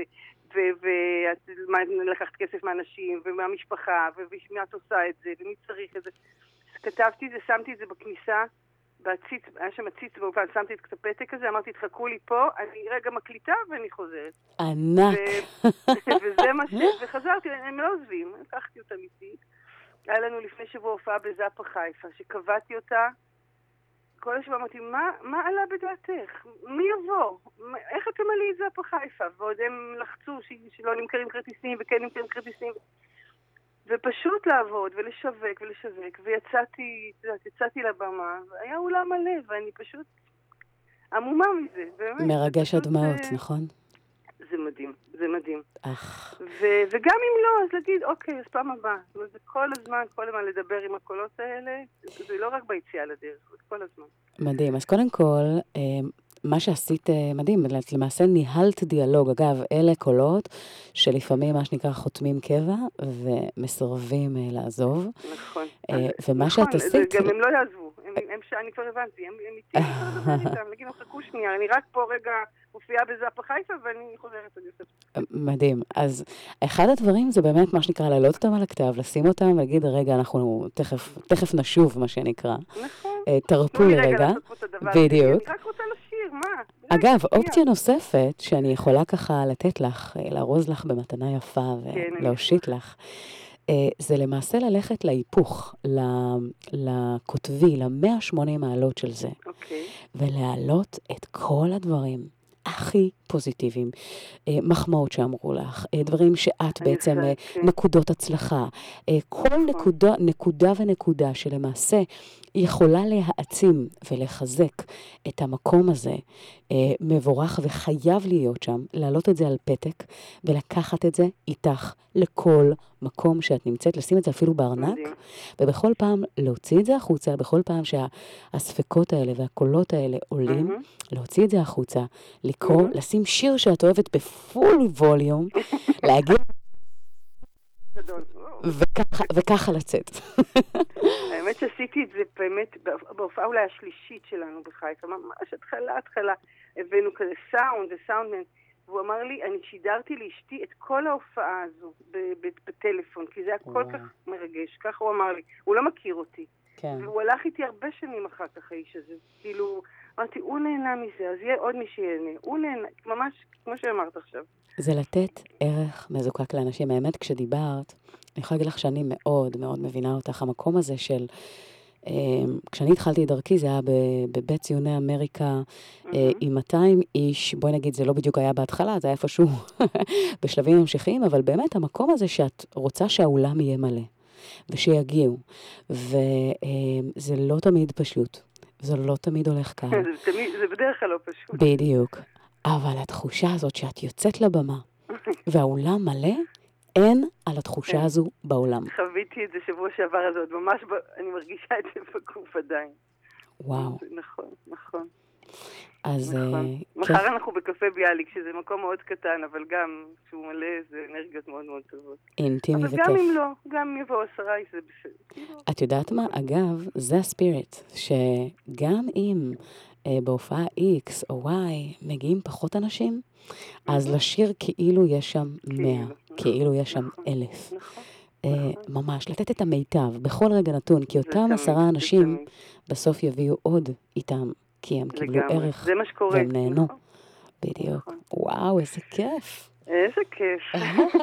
ולקחת כסף מהאנשים, ומהמשפחה, ומי את עושה את זה, ומי צריך את זה. כתבתי את זה, שמתי את זה בכניסה, בעציץ, היה שם עציץ באופן, שמתי את הפתק הזה, אמרתי, תחכו לי פה, אני רגע מקליטה ואני חוזרת. ענק. וזה מה ש... וחזרתי, הם לא עוזבים, לקחתי אותם איתי. היה לנו לפני שבוע הופעה בזאפה חיפה, שקבעתי אותה, כל השבוע אמרתי, מה, מה עלה בדעתך? מי יבוא? איך אתם עלי את זאפה חיפה? ועוד הם לחצו ש- שלא נמכרים כרטיסים וכן נמכרים כרטיסים. ופשוט לעבוד ולשווק ולשווק. ויצאתי, יצאתי לבמה, והיה אולם מלא, ואני פשוט עמומה מזה. באמת, מרגש הדמעות, זה... נכון? זה מדהים, זה מדהים. אך. ו- וגם אם לא, אז להגיד, אוקיי, אז פעם הבאה. זאת אומרת, זה כל הזמן, כל הזמן לדבר עם הקולות האלה, זה לא רק ביציאה לדרך, זה כל הזמן. מדהים. אז קודם כל, מה שעשית מדהים, למעשה ניהלת דיאלוג. אגב, אלה קולות שלפעמים, מה שנקרא, חותמים קבע ומסרבים לעזוב. נכון. ומה שאת עשית... גם הם לא יעזבו. אני כבר הבנתי, הם איתי, נגיד, חכו שנייה, אני רק פה רגע מופיעה בזאפה חיפה ואני חוזרת על יוסף. מדהים. אז אחד הדברים זה באמת מה שנקרא, להעלות אותם על הכתב, לשים אותם ולהגיד, רגע, אנחנו תכף נשוב, מה שנקרא. נכון. תרפו לרגע. בדיוק. אני רק רוצה לשיר, מה? אגב, אופציה נוספת שאני יכולה ככה לתת לך, לארוז לך במתנה יפה ולהושיט לך, זה למעשה ללכת להיפוך, לכותבי, ל-מאה ושמונים מעלות של זה. אוקיי. ולהעלות את כל הדברים הכי פוזיטיביים, מחמאות שאמרו לך, דברים שאת בעצם, נקודות הצלחה, כל נקודה, נקודה ונקודה שלמעשה יכולה להעצים ולחזק את המקום הזה, אה, מבורך וחייב להיות שם, להעלות את זה על פתק ולקחת את זה איתך לכל מקום שאת נמצאת, לשים את זה אפילו בארנק, ובכל פעם להוציא את זה החוצה, בכל פעם שהספקות האלה והקולות האלה עולים, להוציא את זה החוצה, לקרוא, לשים שיר שאת אוהבת בפול ווליום, להגיע וככה, וככה לצאת. האמת שעשיתי את זה באמת בהופעה אולי השלישית שלנו בחיפה, ממש התחלה, התחלה, הבאנו כזה סאונד וסאונדמן, והוא אמר לי, אני שידרתי לאשתי את כל ההופעה הזו בטלפון, כי זה היה כל כך מרגש, ככה הוא אמר לי, הוא לא מכיר אותי, והוא הלך איתי הרבה שנים אחר כך האיש הזה, כאילו, אמרתי, הוא נהנה מזה, אז יהיה עוד מי שיהנה, הוא נהנה, ממש כמו שאמרת עכשיו. זה לתת ערך מזוקק לאנשים. האמת, כשדיברת, אני יכולה להגיד לך שאני מאוד מאוד מבינה אותך. המקום הזה של, אה, כשאני התחלתי את דרכי, זה היה בבית ציוני אמריקה, אה, עם מאתיים איש, בואי נגיד, זה לא בדיוק היה בהתחלה, זה היה איפשהו בשלבים המשכיים, אבל באמת המקום הזה שאת רוצה שהאולם יהיה מלא, ושיגיעו, וזה לא תמיד פשוט, זה לא תמיד הולך קל. זה בדרך כלל לא פשוט. בדיוק. אבל התחושה הזאת שאת יוצאת לבמה, והאולם מלא, אין על התחושה הזו בעולם. חוויתי את זה שבוע שעבר הזאת, ממש אני מרגישה את זה בגוף עדיין. וואו. נכון, נכון. אז... מחר אנחנו בקפה ביאליק, שזה מקום מאוד קטן, אבל גם שהוא מלא, זה אנרגיות מאוד מאוד טובות. אינטימי וכיף. אבל גם אם לא, גם אם יבואו עשרה, זה בסדר. את יודעת מה? אגב, זה הספיריט, שגם אם בהופעה X או Y מגיעים פחות אנשים, אז לשיר כאילו יש שם מאה, כאילו יש שם אלף. ממש, לתת את המיטב בכל רגע נתון, כי אותם עשרה אנשים בסוף יביאו עוד איתם, כי הם קיבלו ערך והם נהנו. בדיוק. וואו, איזה כיף. איזה כיף.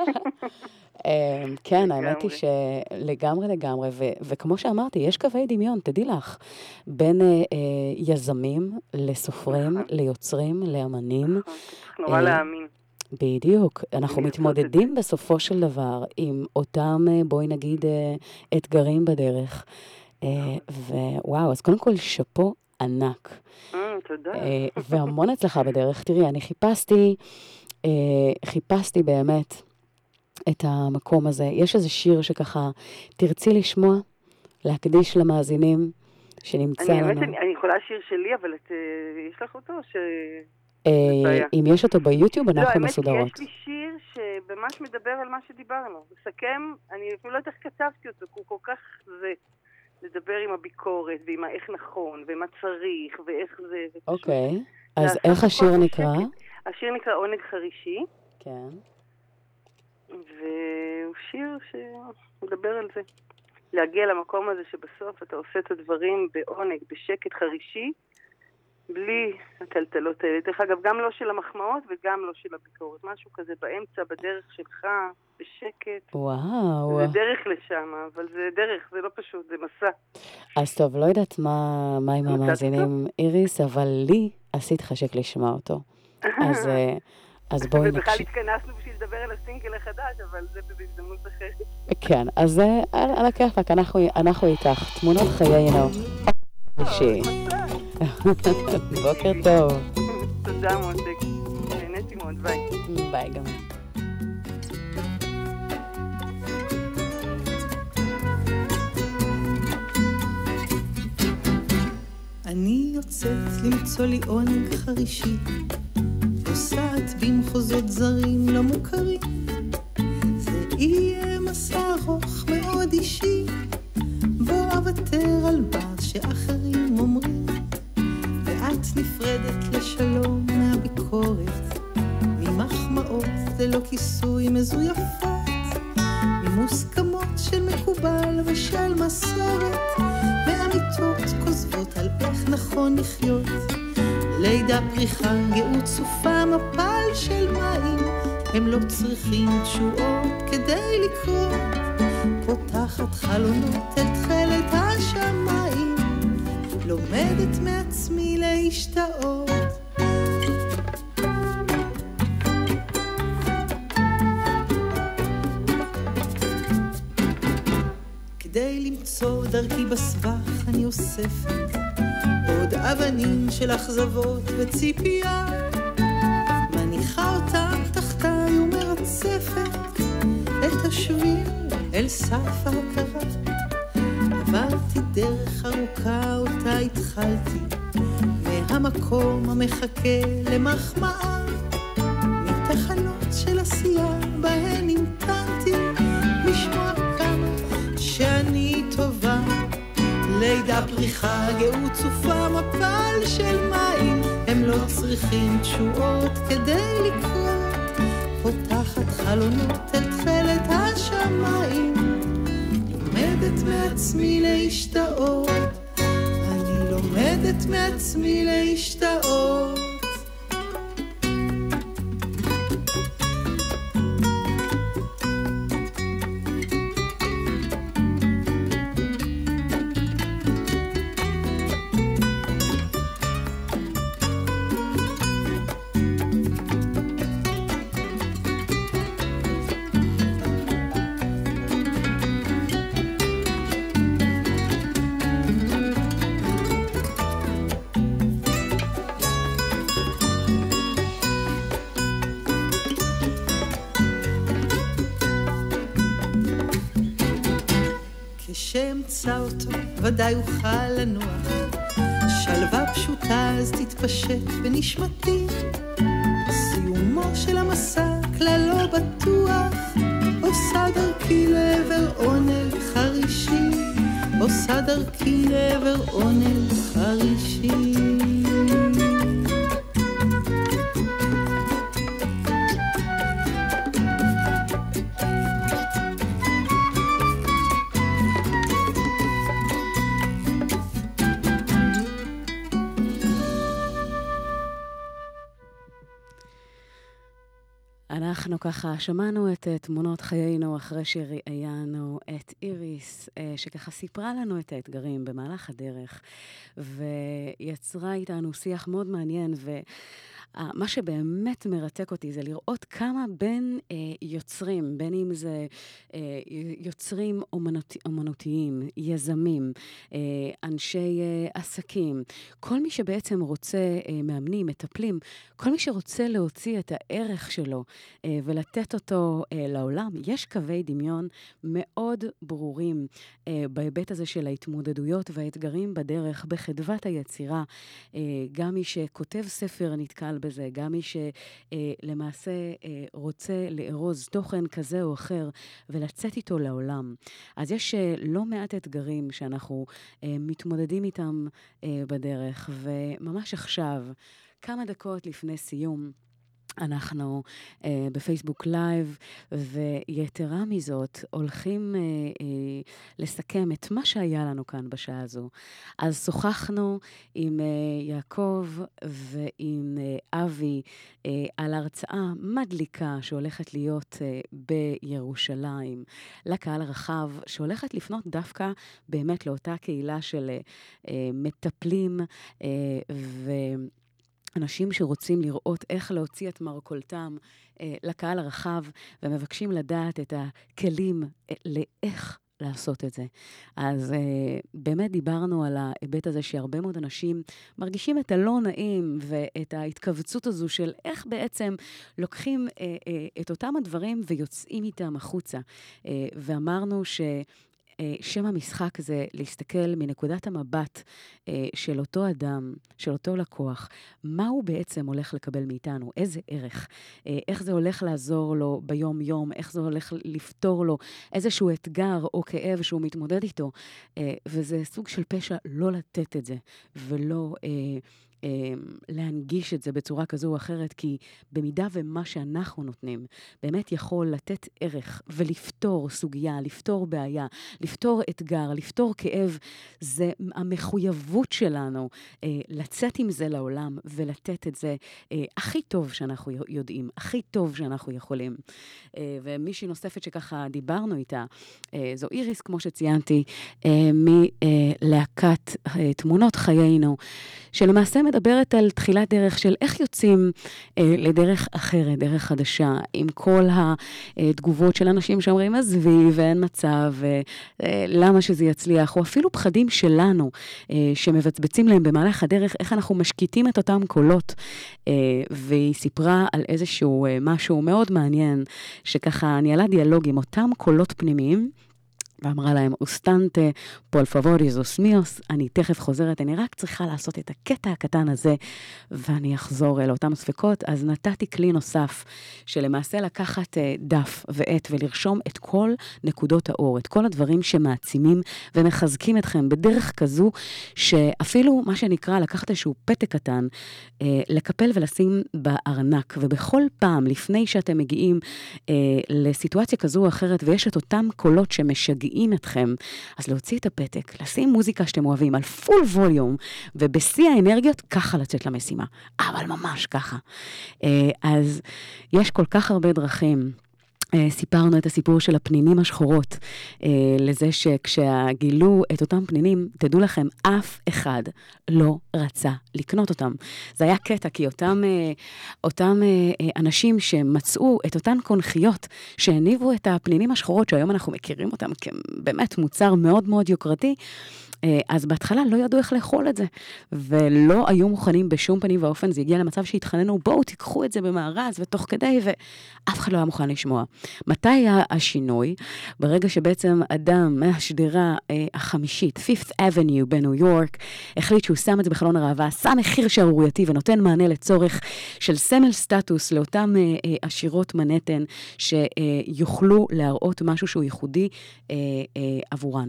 כן, האמת היא שלגמרי לגמרי, וכמו שאמרתי, יש קווי דמיון, תדעי לך, בין יזמים לסופרים, ליוצרים, לאמנים. נורא להאמין. בדיוק, אנחנו מתמודדים בסופו של דבר עם אותם, בואי נגיד, אתגרים בדרך. ווואו, אז קודם כל שפו ענק. תודה. והמון הצלחה בדרך. תראי, אני חיפשתי, חיפשתי באמת את המקום הזה. יש איזה שיר שככה תרצי לשמוע, להקדיש למאזינים שנמצא אני, לנו. אני, אני יכולה שיר שלי, אבל את, יש לך אותו? ש... אם יש אותו ביוטיוב, אנחנו לא, מסודרות. לא, האמת כי יש לי שיר שממש מדבר על מה שדיברנו. לסכם, אני אפילו לא יודעת איך כתבתי אותו, כי הוא כל כך זה, לדבר עם הביקורת, ועם איך נכון, ומה צריך, ואיך זה. אוקיי, אז איך השיר נקרא? השיר נקרא עונג חרישי. כן. והוא שיר שמדבר על זה. להגיע למקום הזה שבסוף אתה עושה את הדברים בעונג, בשקט חרישי, בלי הטלטלות האלה. דרך אגב, גם לא של המחמאות וגם לא של הביקורת. משהו כזה באמצע, בדרך שלך, בשקט. וואו. זה דרך לשם, אבל זה דרך, זה לא פשוט, זה מסע. אז טוב, לא יודעת מה, מה עם המאזינים, איריס, אבל לי עשית חשק לשמוע אותו. אז, אז בואי נקשיב. ובכלל התכנסנו בשביל לדבר על הסינגל החדש, אבל זה בהזדמנות אחרת. כן, אז על, על הכיפק, אנחנו, אנחנו איתך. תמונות חיינו. אישי. בוקר טוב. תודה מותק. נהניתי מאוד, ביי. ביי גם. אני יוצאת למצוא לי עונג חרישי, נוסעת במחוזות זרים לא מוכרים. זה יהיה מסע ארוך מאוד אישי, בוא אוותר על בר שאחרים אומרים, ואת נפרדת לשלום מהביקורת, ממחמאות ללא כיסוי מזויפות, ממוסכמות של מקובל ושל מסורת, מאמיתות כוזבות על איך נכון לחיות. לידה, פריחה, גאות, סופה, מפל של מים, הם לא צריכים תשועות כדי לקרות. פותחת חלונות אל תחילת השמיים, לומדת מעצמי להשתאות. כדי למצוא דרכי בסבך אני אוספת עוד אבנים של אכזבות וציפייה, מניחה אותם תחתיי ומרצפת את השביל אל סף ההכרה. עברתי דרך ארוכה אותה התחלתי, מהמקום המחכה למחמאה, מתחנות של עשייה בהן המתנתי לשמוע כמה שאני טובה. לידה פריחה גאות צופה מפל של מים, הם לא צריכים תשועות כדי לקרות, פותחת חלונות אל תחלת השמיים, לומדת מעצמי להשתאות, אני לומדת מעצמי להשתאות. שאמצא אותו ודאי אוכל לנוח, שלווה פשוטה אז תתפשט בנשמתי, סיומו של המסע כלל לא בטוח, עושה דרכי לעבר עונג חרישי, עושה דרכי לעבר עונג חרישי. אנחנו ככה שמענו את תמונות חיינו אחרי שראיינו את איריס, שככה סיפרה לנו את האתגרים במהלך הדרך, ויצרה איתנו שיח מאוד מעניין, ו... מה שבאמת מרתק אותי זה לראות כמה בין אה, יוצרים, בין אם זה אה, יוצרים אומנות, אומנותיים, יזמים, אה, אנשי אה, עסקים, כל מי שבעצם רוצה, אה, מאמנים, מטפלים, כל מי שרוצה להוציא את הערך שלו אה, ולתת אותו אה, לעולם, יש קווי דמיון מאוד ברורים אה, בהיבט הזה של ההתמודדויות והאתגרים בדרך, בחדוות היצירה. אה, גם מי שכותב ספר נתקל בזה, גם מי שלמעשה רוצה לארוז תוכן כזה או אחר ולצאת איתו לעולם. אז יש לא מעט אתגרים שאנחנו מתמודדים איתם בדרך, וממש עכשיו, כמה דקות לפני סיום, אנחנו uh, בפייסבוק לייב, ויתרה מזאת, הולכים uh, uh, לסכם את מה שהיה לנו כאן בשעה הזו. אז שוחחנו עם uh, יעקב ועם uh, אבי uh, על הרצאה מדליקה שהולכת להיות uh, בירושלים, לקהל הרחב, שהולכת לפנות דווקא באמת לאותה קהילה של uh, uh, מטפלים uh, ו... אנשים שרוצים לראות איך להוציא את מרכולתם אה, לקהל הרחב, ומבקשים לדעת את הכלים אה, לאיך לעשות את זה. אז אה, באמת דיברנו על ההיבט הזה שהרבה מאוד אנשים מרגישים את הלא נעים, ואת ההתכווצות הזו של איך בעצם לוקחים אה, אה, את אותם הדברים ויוצאים איתם החוצה. אה, ואמרנו ש... שם המשחק זה להסתכל מנקודת המבט של אותו אדם, של אותו לקוח, מה הוא בעצם הולך לקבל מאיתנו, איזה ערך, איך זה הולך לעזור לו ביום יום, איך זה הולך לפתור לו איזשהו אתגר או כאב שהוא מתמודד איתו, וזה סוג של פשע לא לתת את זה, ולא... להנגיש את זה בצורה כזו או אחרת, כי במידה ומה שאנחנו נותנים באמת יכול לתת ערך ולפתור סוגיה, לפתור בעיה, לפתור אתגר, לפתור כאב, זה המחויבות שלנו אה, לצאת עם זה לעולם ולתת את זה אה, הכי טוב שאנחנו יודעים, הכי טוב שאנחנו יכולים. אה, ומישהי נוספת שככה דיברנו איתה, אה, זו איריס, כמו שציינתי, אה, מלהקת אה, תמונות חיינו, שלמעשה מדבר מדברת על תחילת דרך של איך יוצאים אה, לדרך אחרת, דרך חדשה, עם כל התגובות של אנשים שאומרים, עזבי ואין מצב, אה, למה שזה יצליח, או אפילו פחדים שלנו, אה, שמבצבצים להם במהלך הדרך, איך אנחנו משקיטים את אותם קולות, אה, והיא סיפרה על איזשהו אה, משהו מאוד מעניין, שככה ניהלה דיאלוג עם אותם קולות פנימיים, ואמרה להם, אוסטנטה, פול פבוריזוס מיוס, אני תכף חוזרת, אני רק צריכה לעשות את הקטע הקטן הזה, ואני אחזור אל אותם ספקות. אז נתתי כלי נוסף, שלמעשה לקחת דף ועט, ולרשום את כל נקודות האור, את כל הדברים שמעצימים ומחזקים אתכם, בדרך כזו, שאפילו מה שנקרא, לקחת איזשהו פתק קטן, לקפל ולשים בארנק, ובכל פעם, לפני שאתם מגיעים לסיטואציה כזו או אחרת, ויש את אותם קולות שמשגעים, אתכם, אז להוציא את הפתק, לשים מוזיקה שאתם אוהבים על פול ווליום, ובשיא האנרגיות ככה לצאת למשימה. אבל ממש ככה. אז יש כל כך הרבה דרכים. סיפרנו את הסיפור של הפנינים השחורות, לזה שכשגילו את אותם פנינים, תדעו לכם, אף אחד לא רצה לקנות אותם. זה היה קטע, כי אותם, אותם אנשים שמצאו את אותן קונכיות, שהניבו את הפנינים השחורות, שהיום אנחנו מכירים אותם כבאמת מוצר מאוד מאוד יוקרתי, אז בהתחלה לא ידעו איך לאכול את זה, ולא היו מוכנים בשום פנים ואופן, זה הגיע למצב שהתחננו, בואו תיקחו את זה במארז, ותוך כדי, ואף אחד לא היה מוכן לשמוע. מתי היה השינוי? ברגע שבעצם אדם מהשדרה אה, החמישית, Fifth Avenue בניו יורק, החליט שהוא שם את זה בחלון הראווה, שם מחיר שערורייתי, ונותן מענה לצורך של סמל סטטוס, לאותם אה, אה, עשירות מנהטן, שיוכלו להראות משהו שהוא ייחודי אה, אה, עבורן.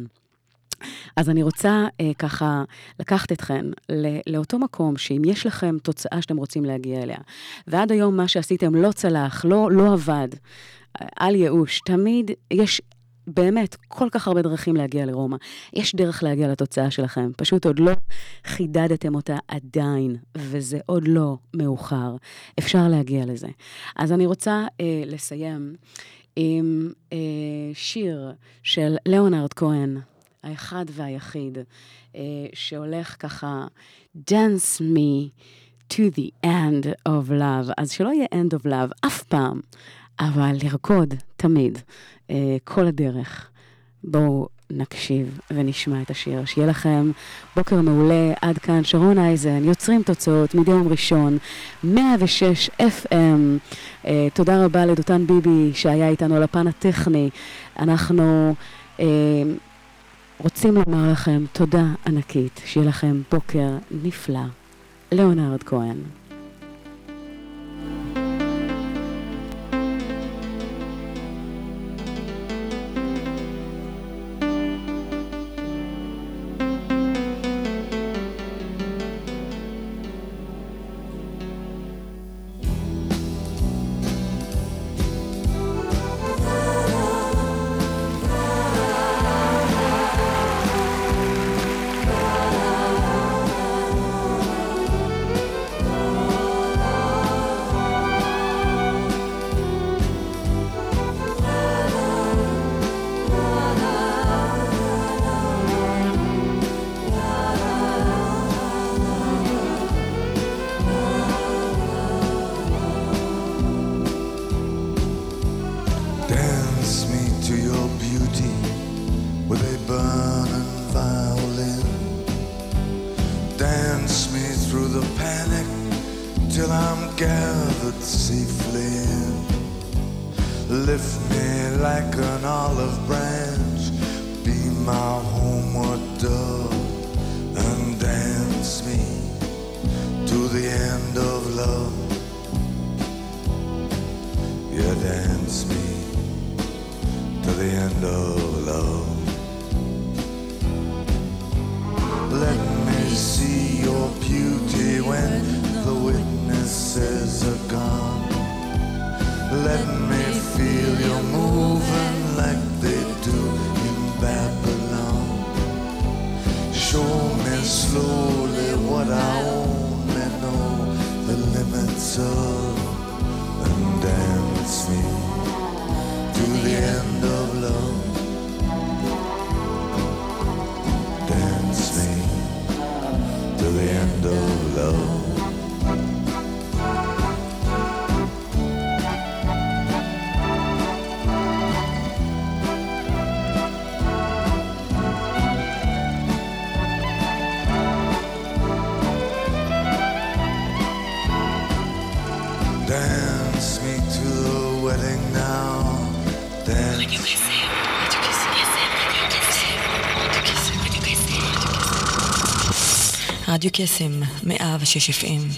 אז אני רוצה אה, ככה לקחת אתכם לאותו מקום שאם יש לכם תוצאה שאתם רוצים להגיע אליה, ועד היום מה שעשיתם לא צלח, לא, לא עבד, על ייאוש, תמיד יש באמת כל כך הרבה דרכים להגיע לרומא. יש דרך להגיע לתוצאה שלכם, פשוט עוד לא חידדתם אותה עדיין, וזה עוד לא מאוחר. אפשר להגיע לזה. אז אני רוצה אה, לסיים עם אה, שיר של ליאונרד כהן, האחד והיחיד, שהולך ככה, dance me to the end of love. אז שלא יהיה end of love אף פעם, אבל לרקוד תמיד, כל הדרך. בואו נקשיב ונשמע את השיר. שיהיה לכם בוקר מעולה. עד כאן שרון אייזן, יוצרים תוצאות מדי יום ראשון, מאה ושש אף אם. תודה רבה לדותן ביבי שהיה איתנו על הפן הטכני. אנחנו רוצים לומר לכם תודה ענקית, שיהיה לכם בוקר נפלא. ליאונרד כהן. To the end of love. Dance me to the wedding now. Dance. רדיו קסם, מאה ושש אף אם.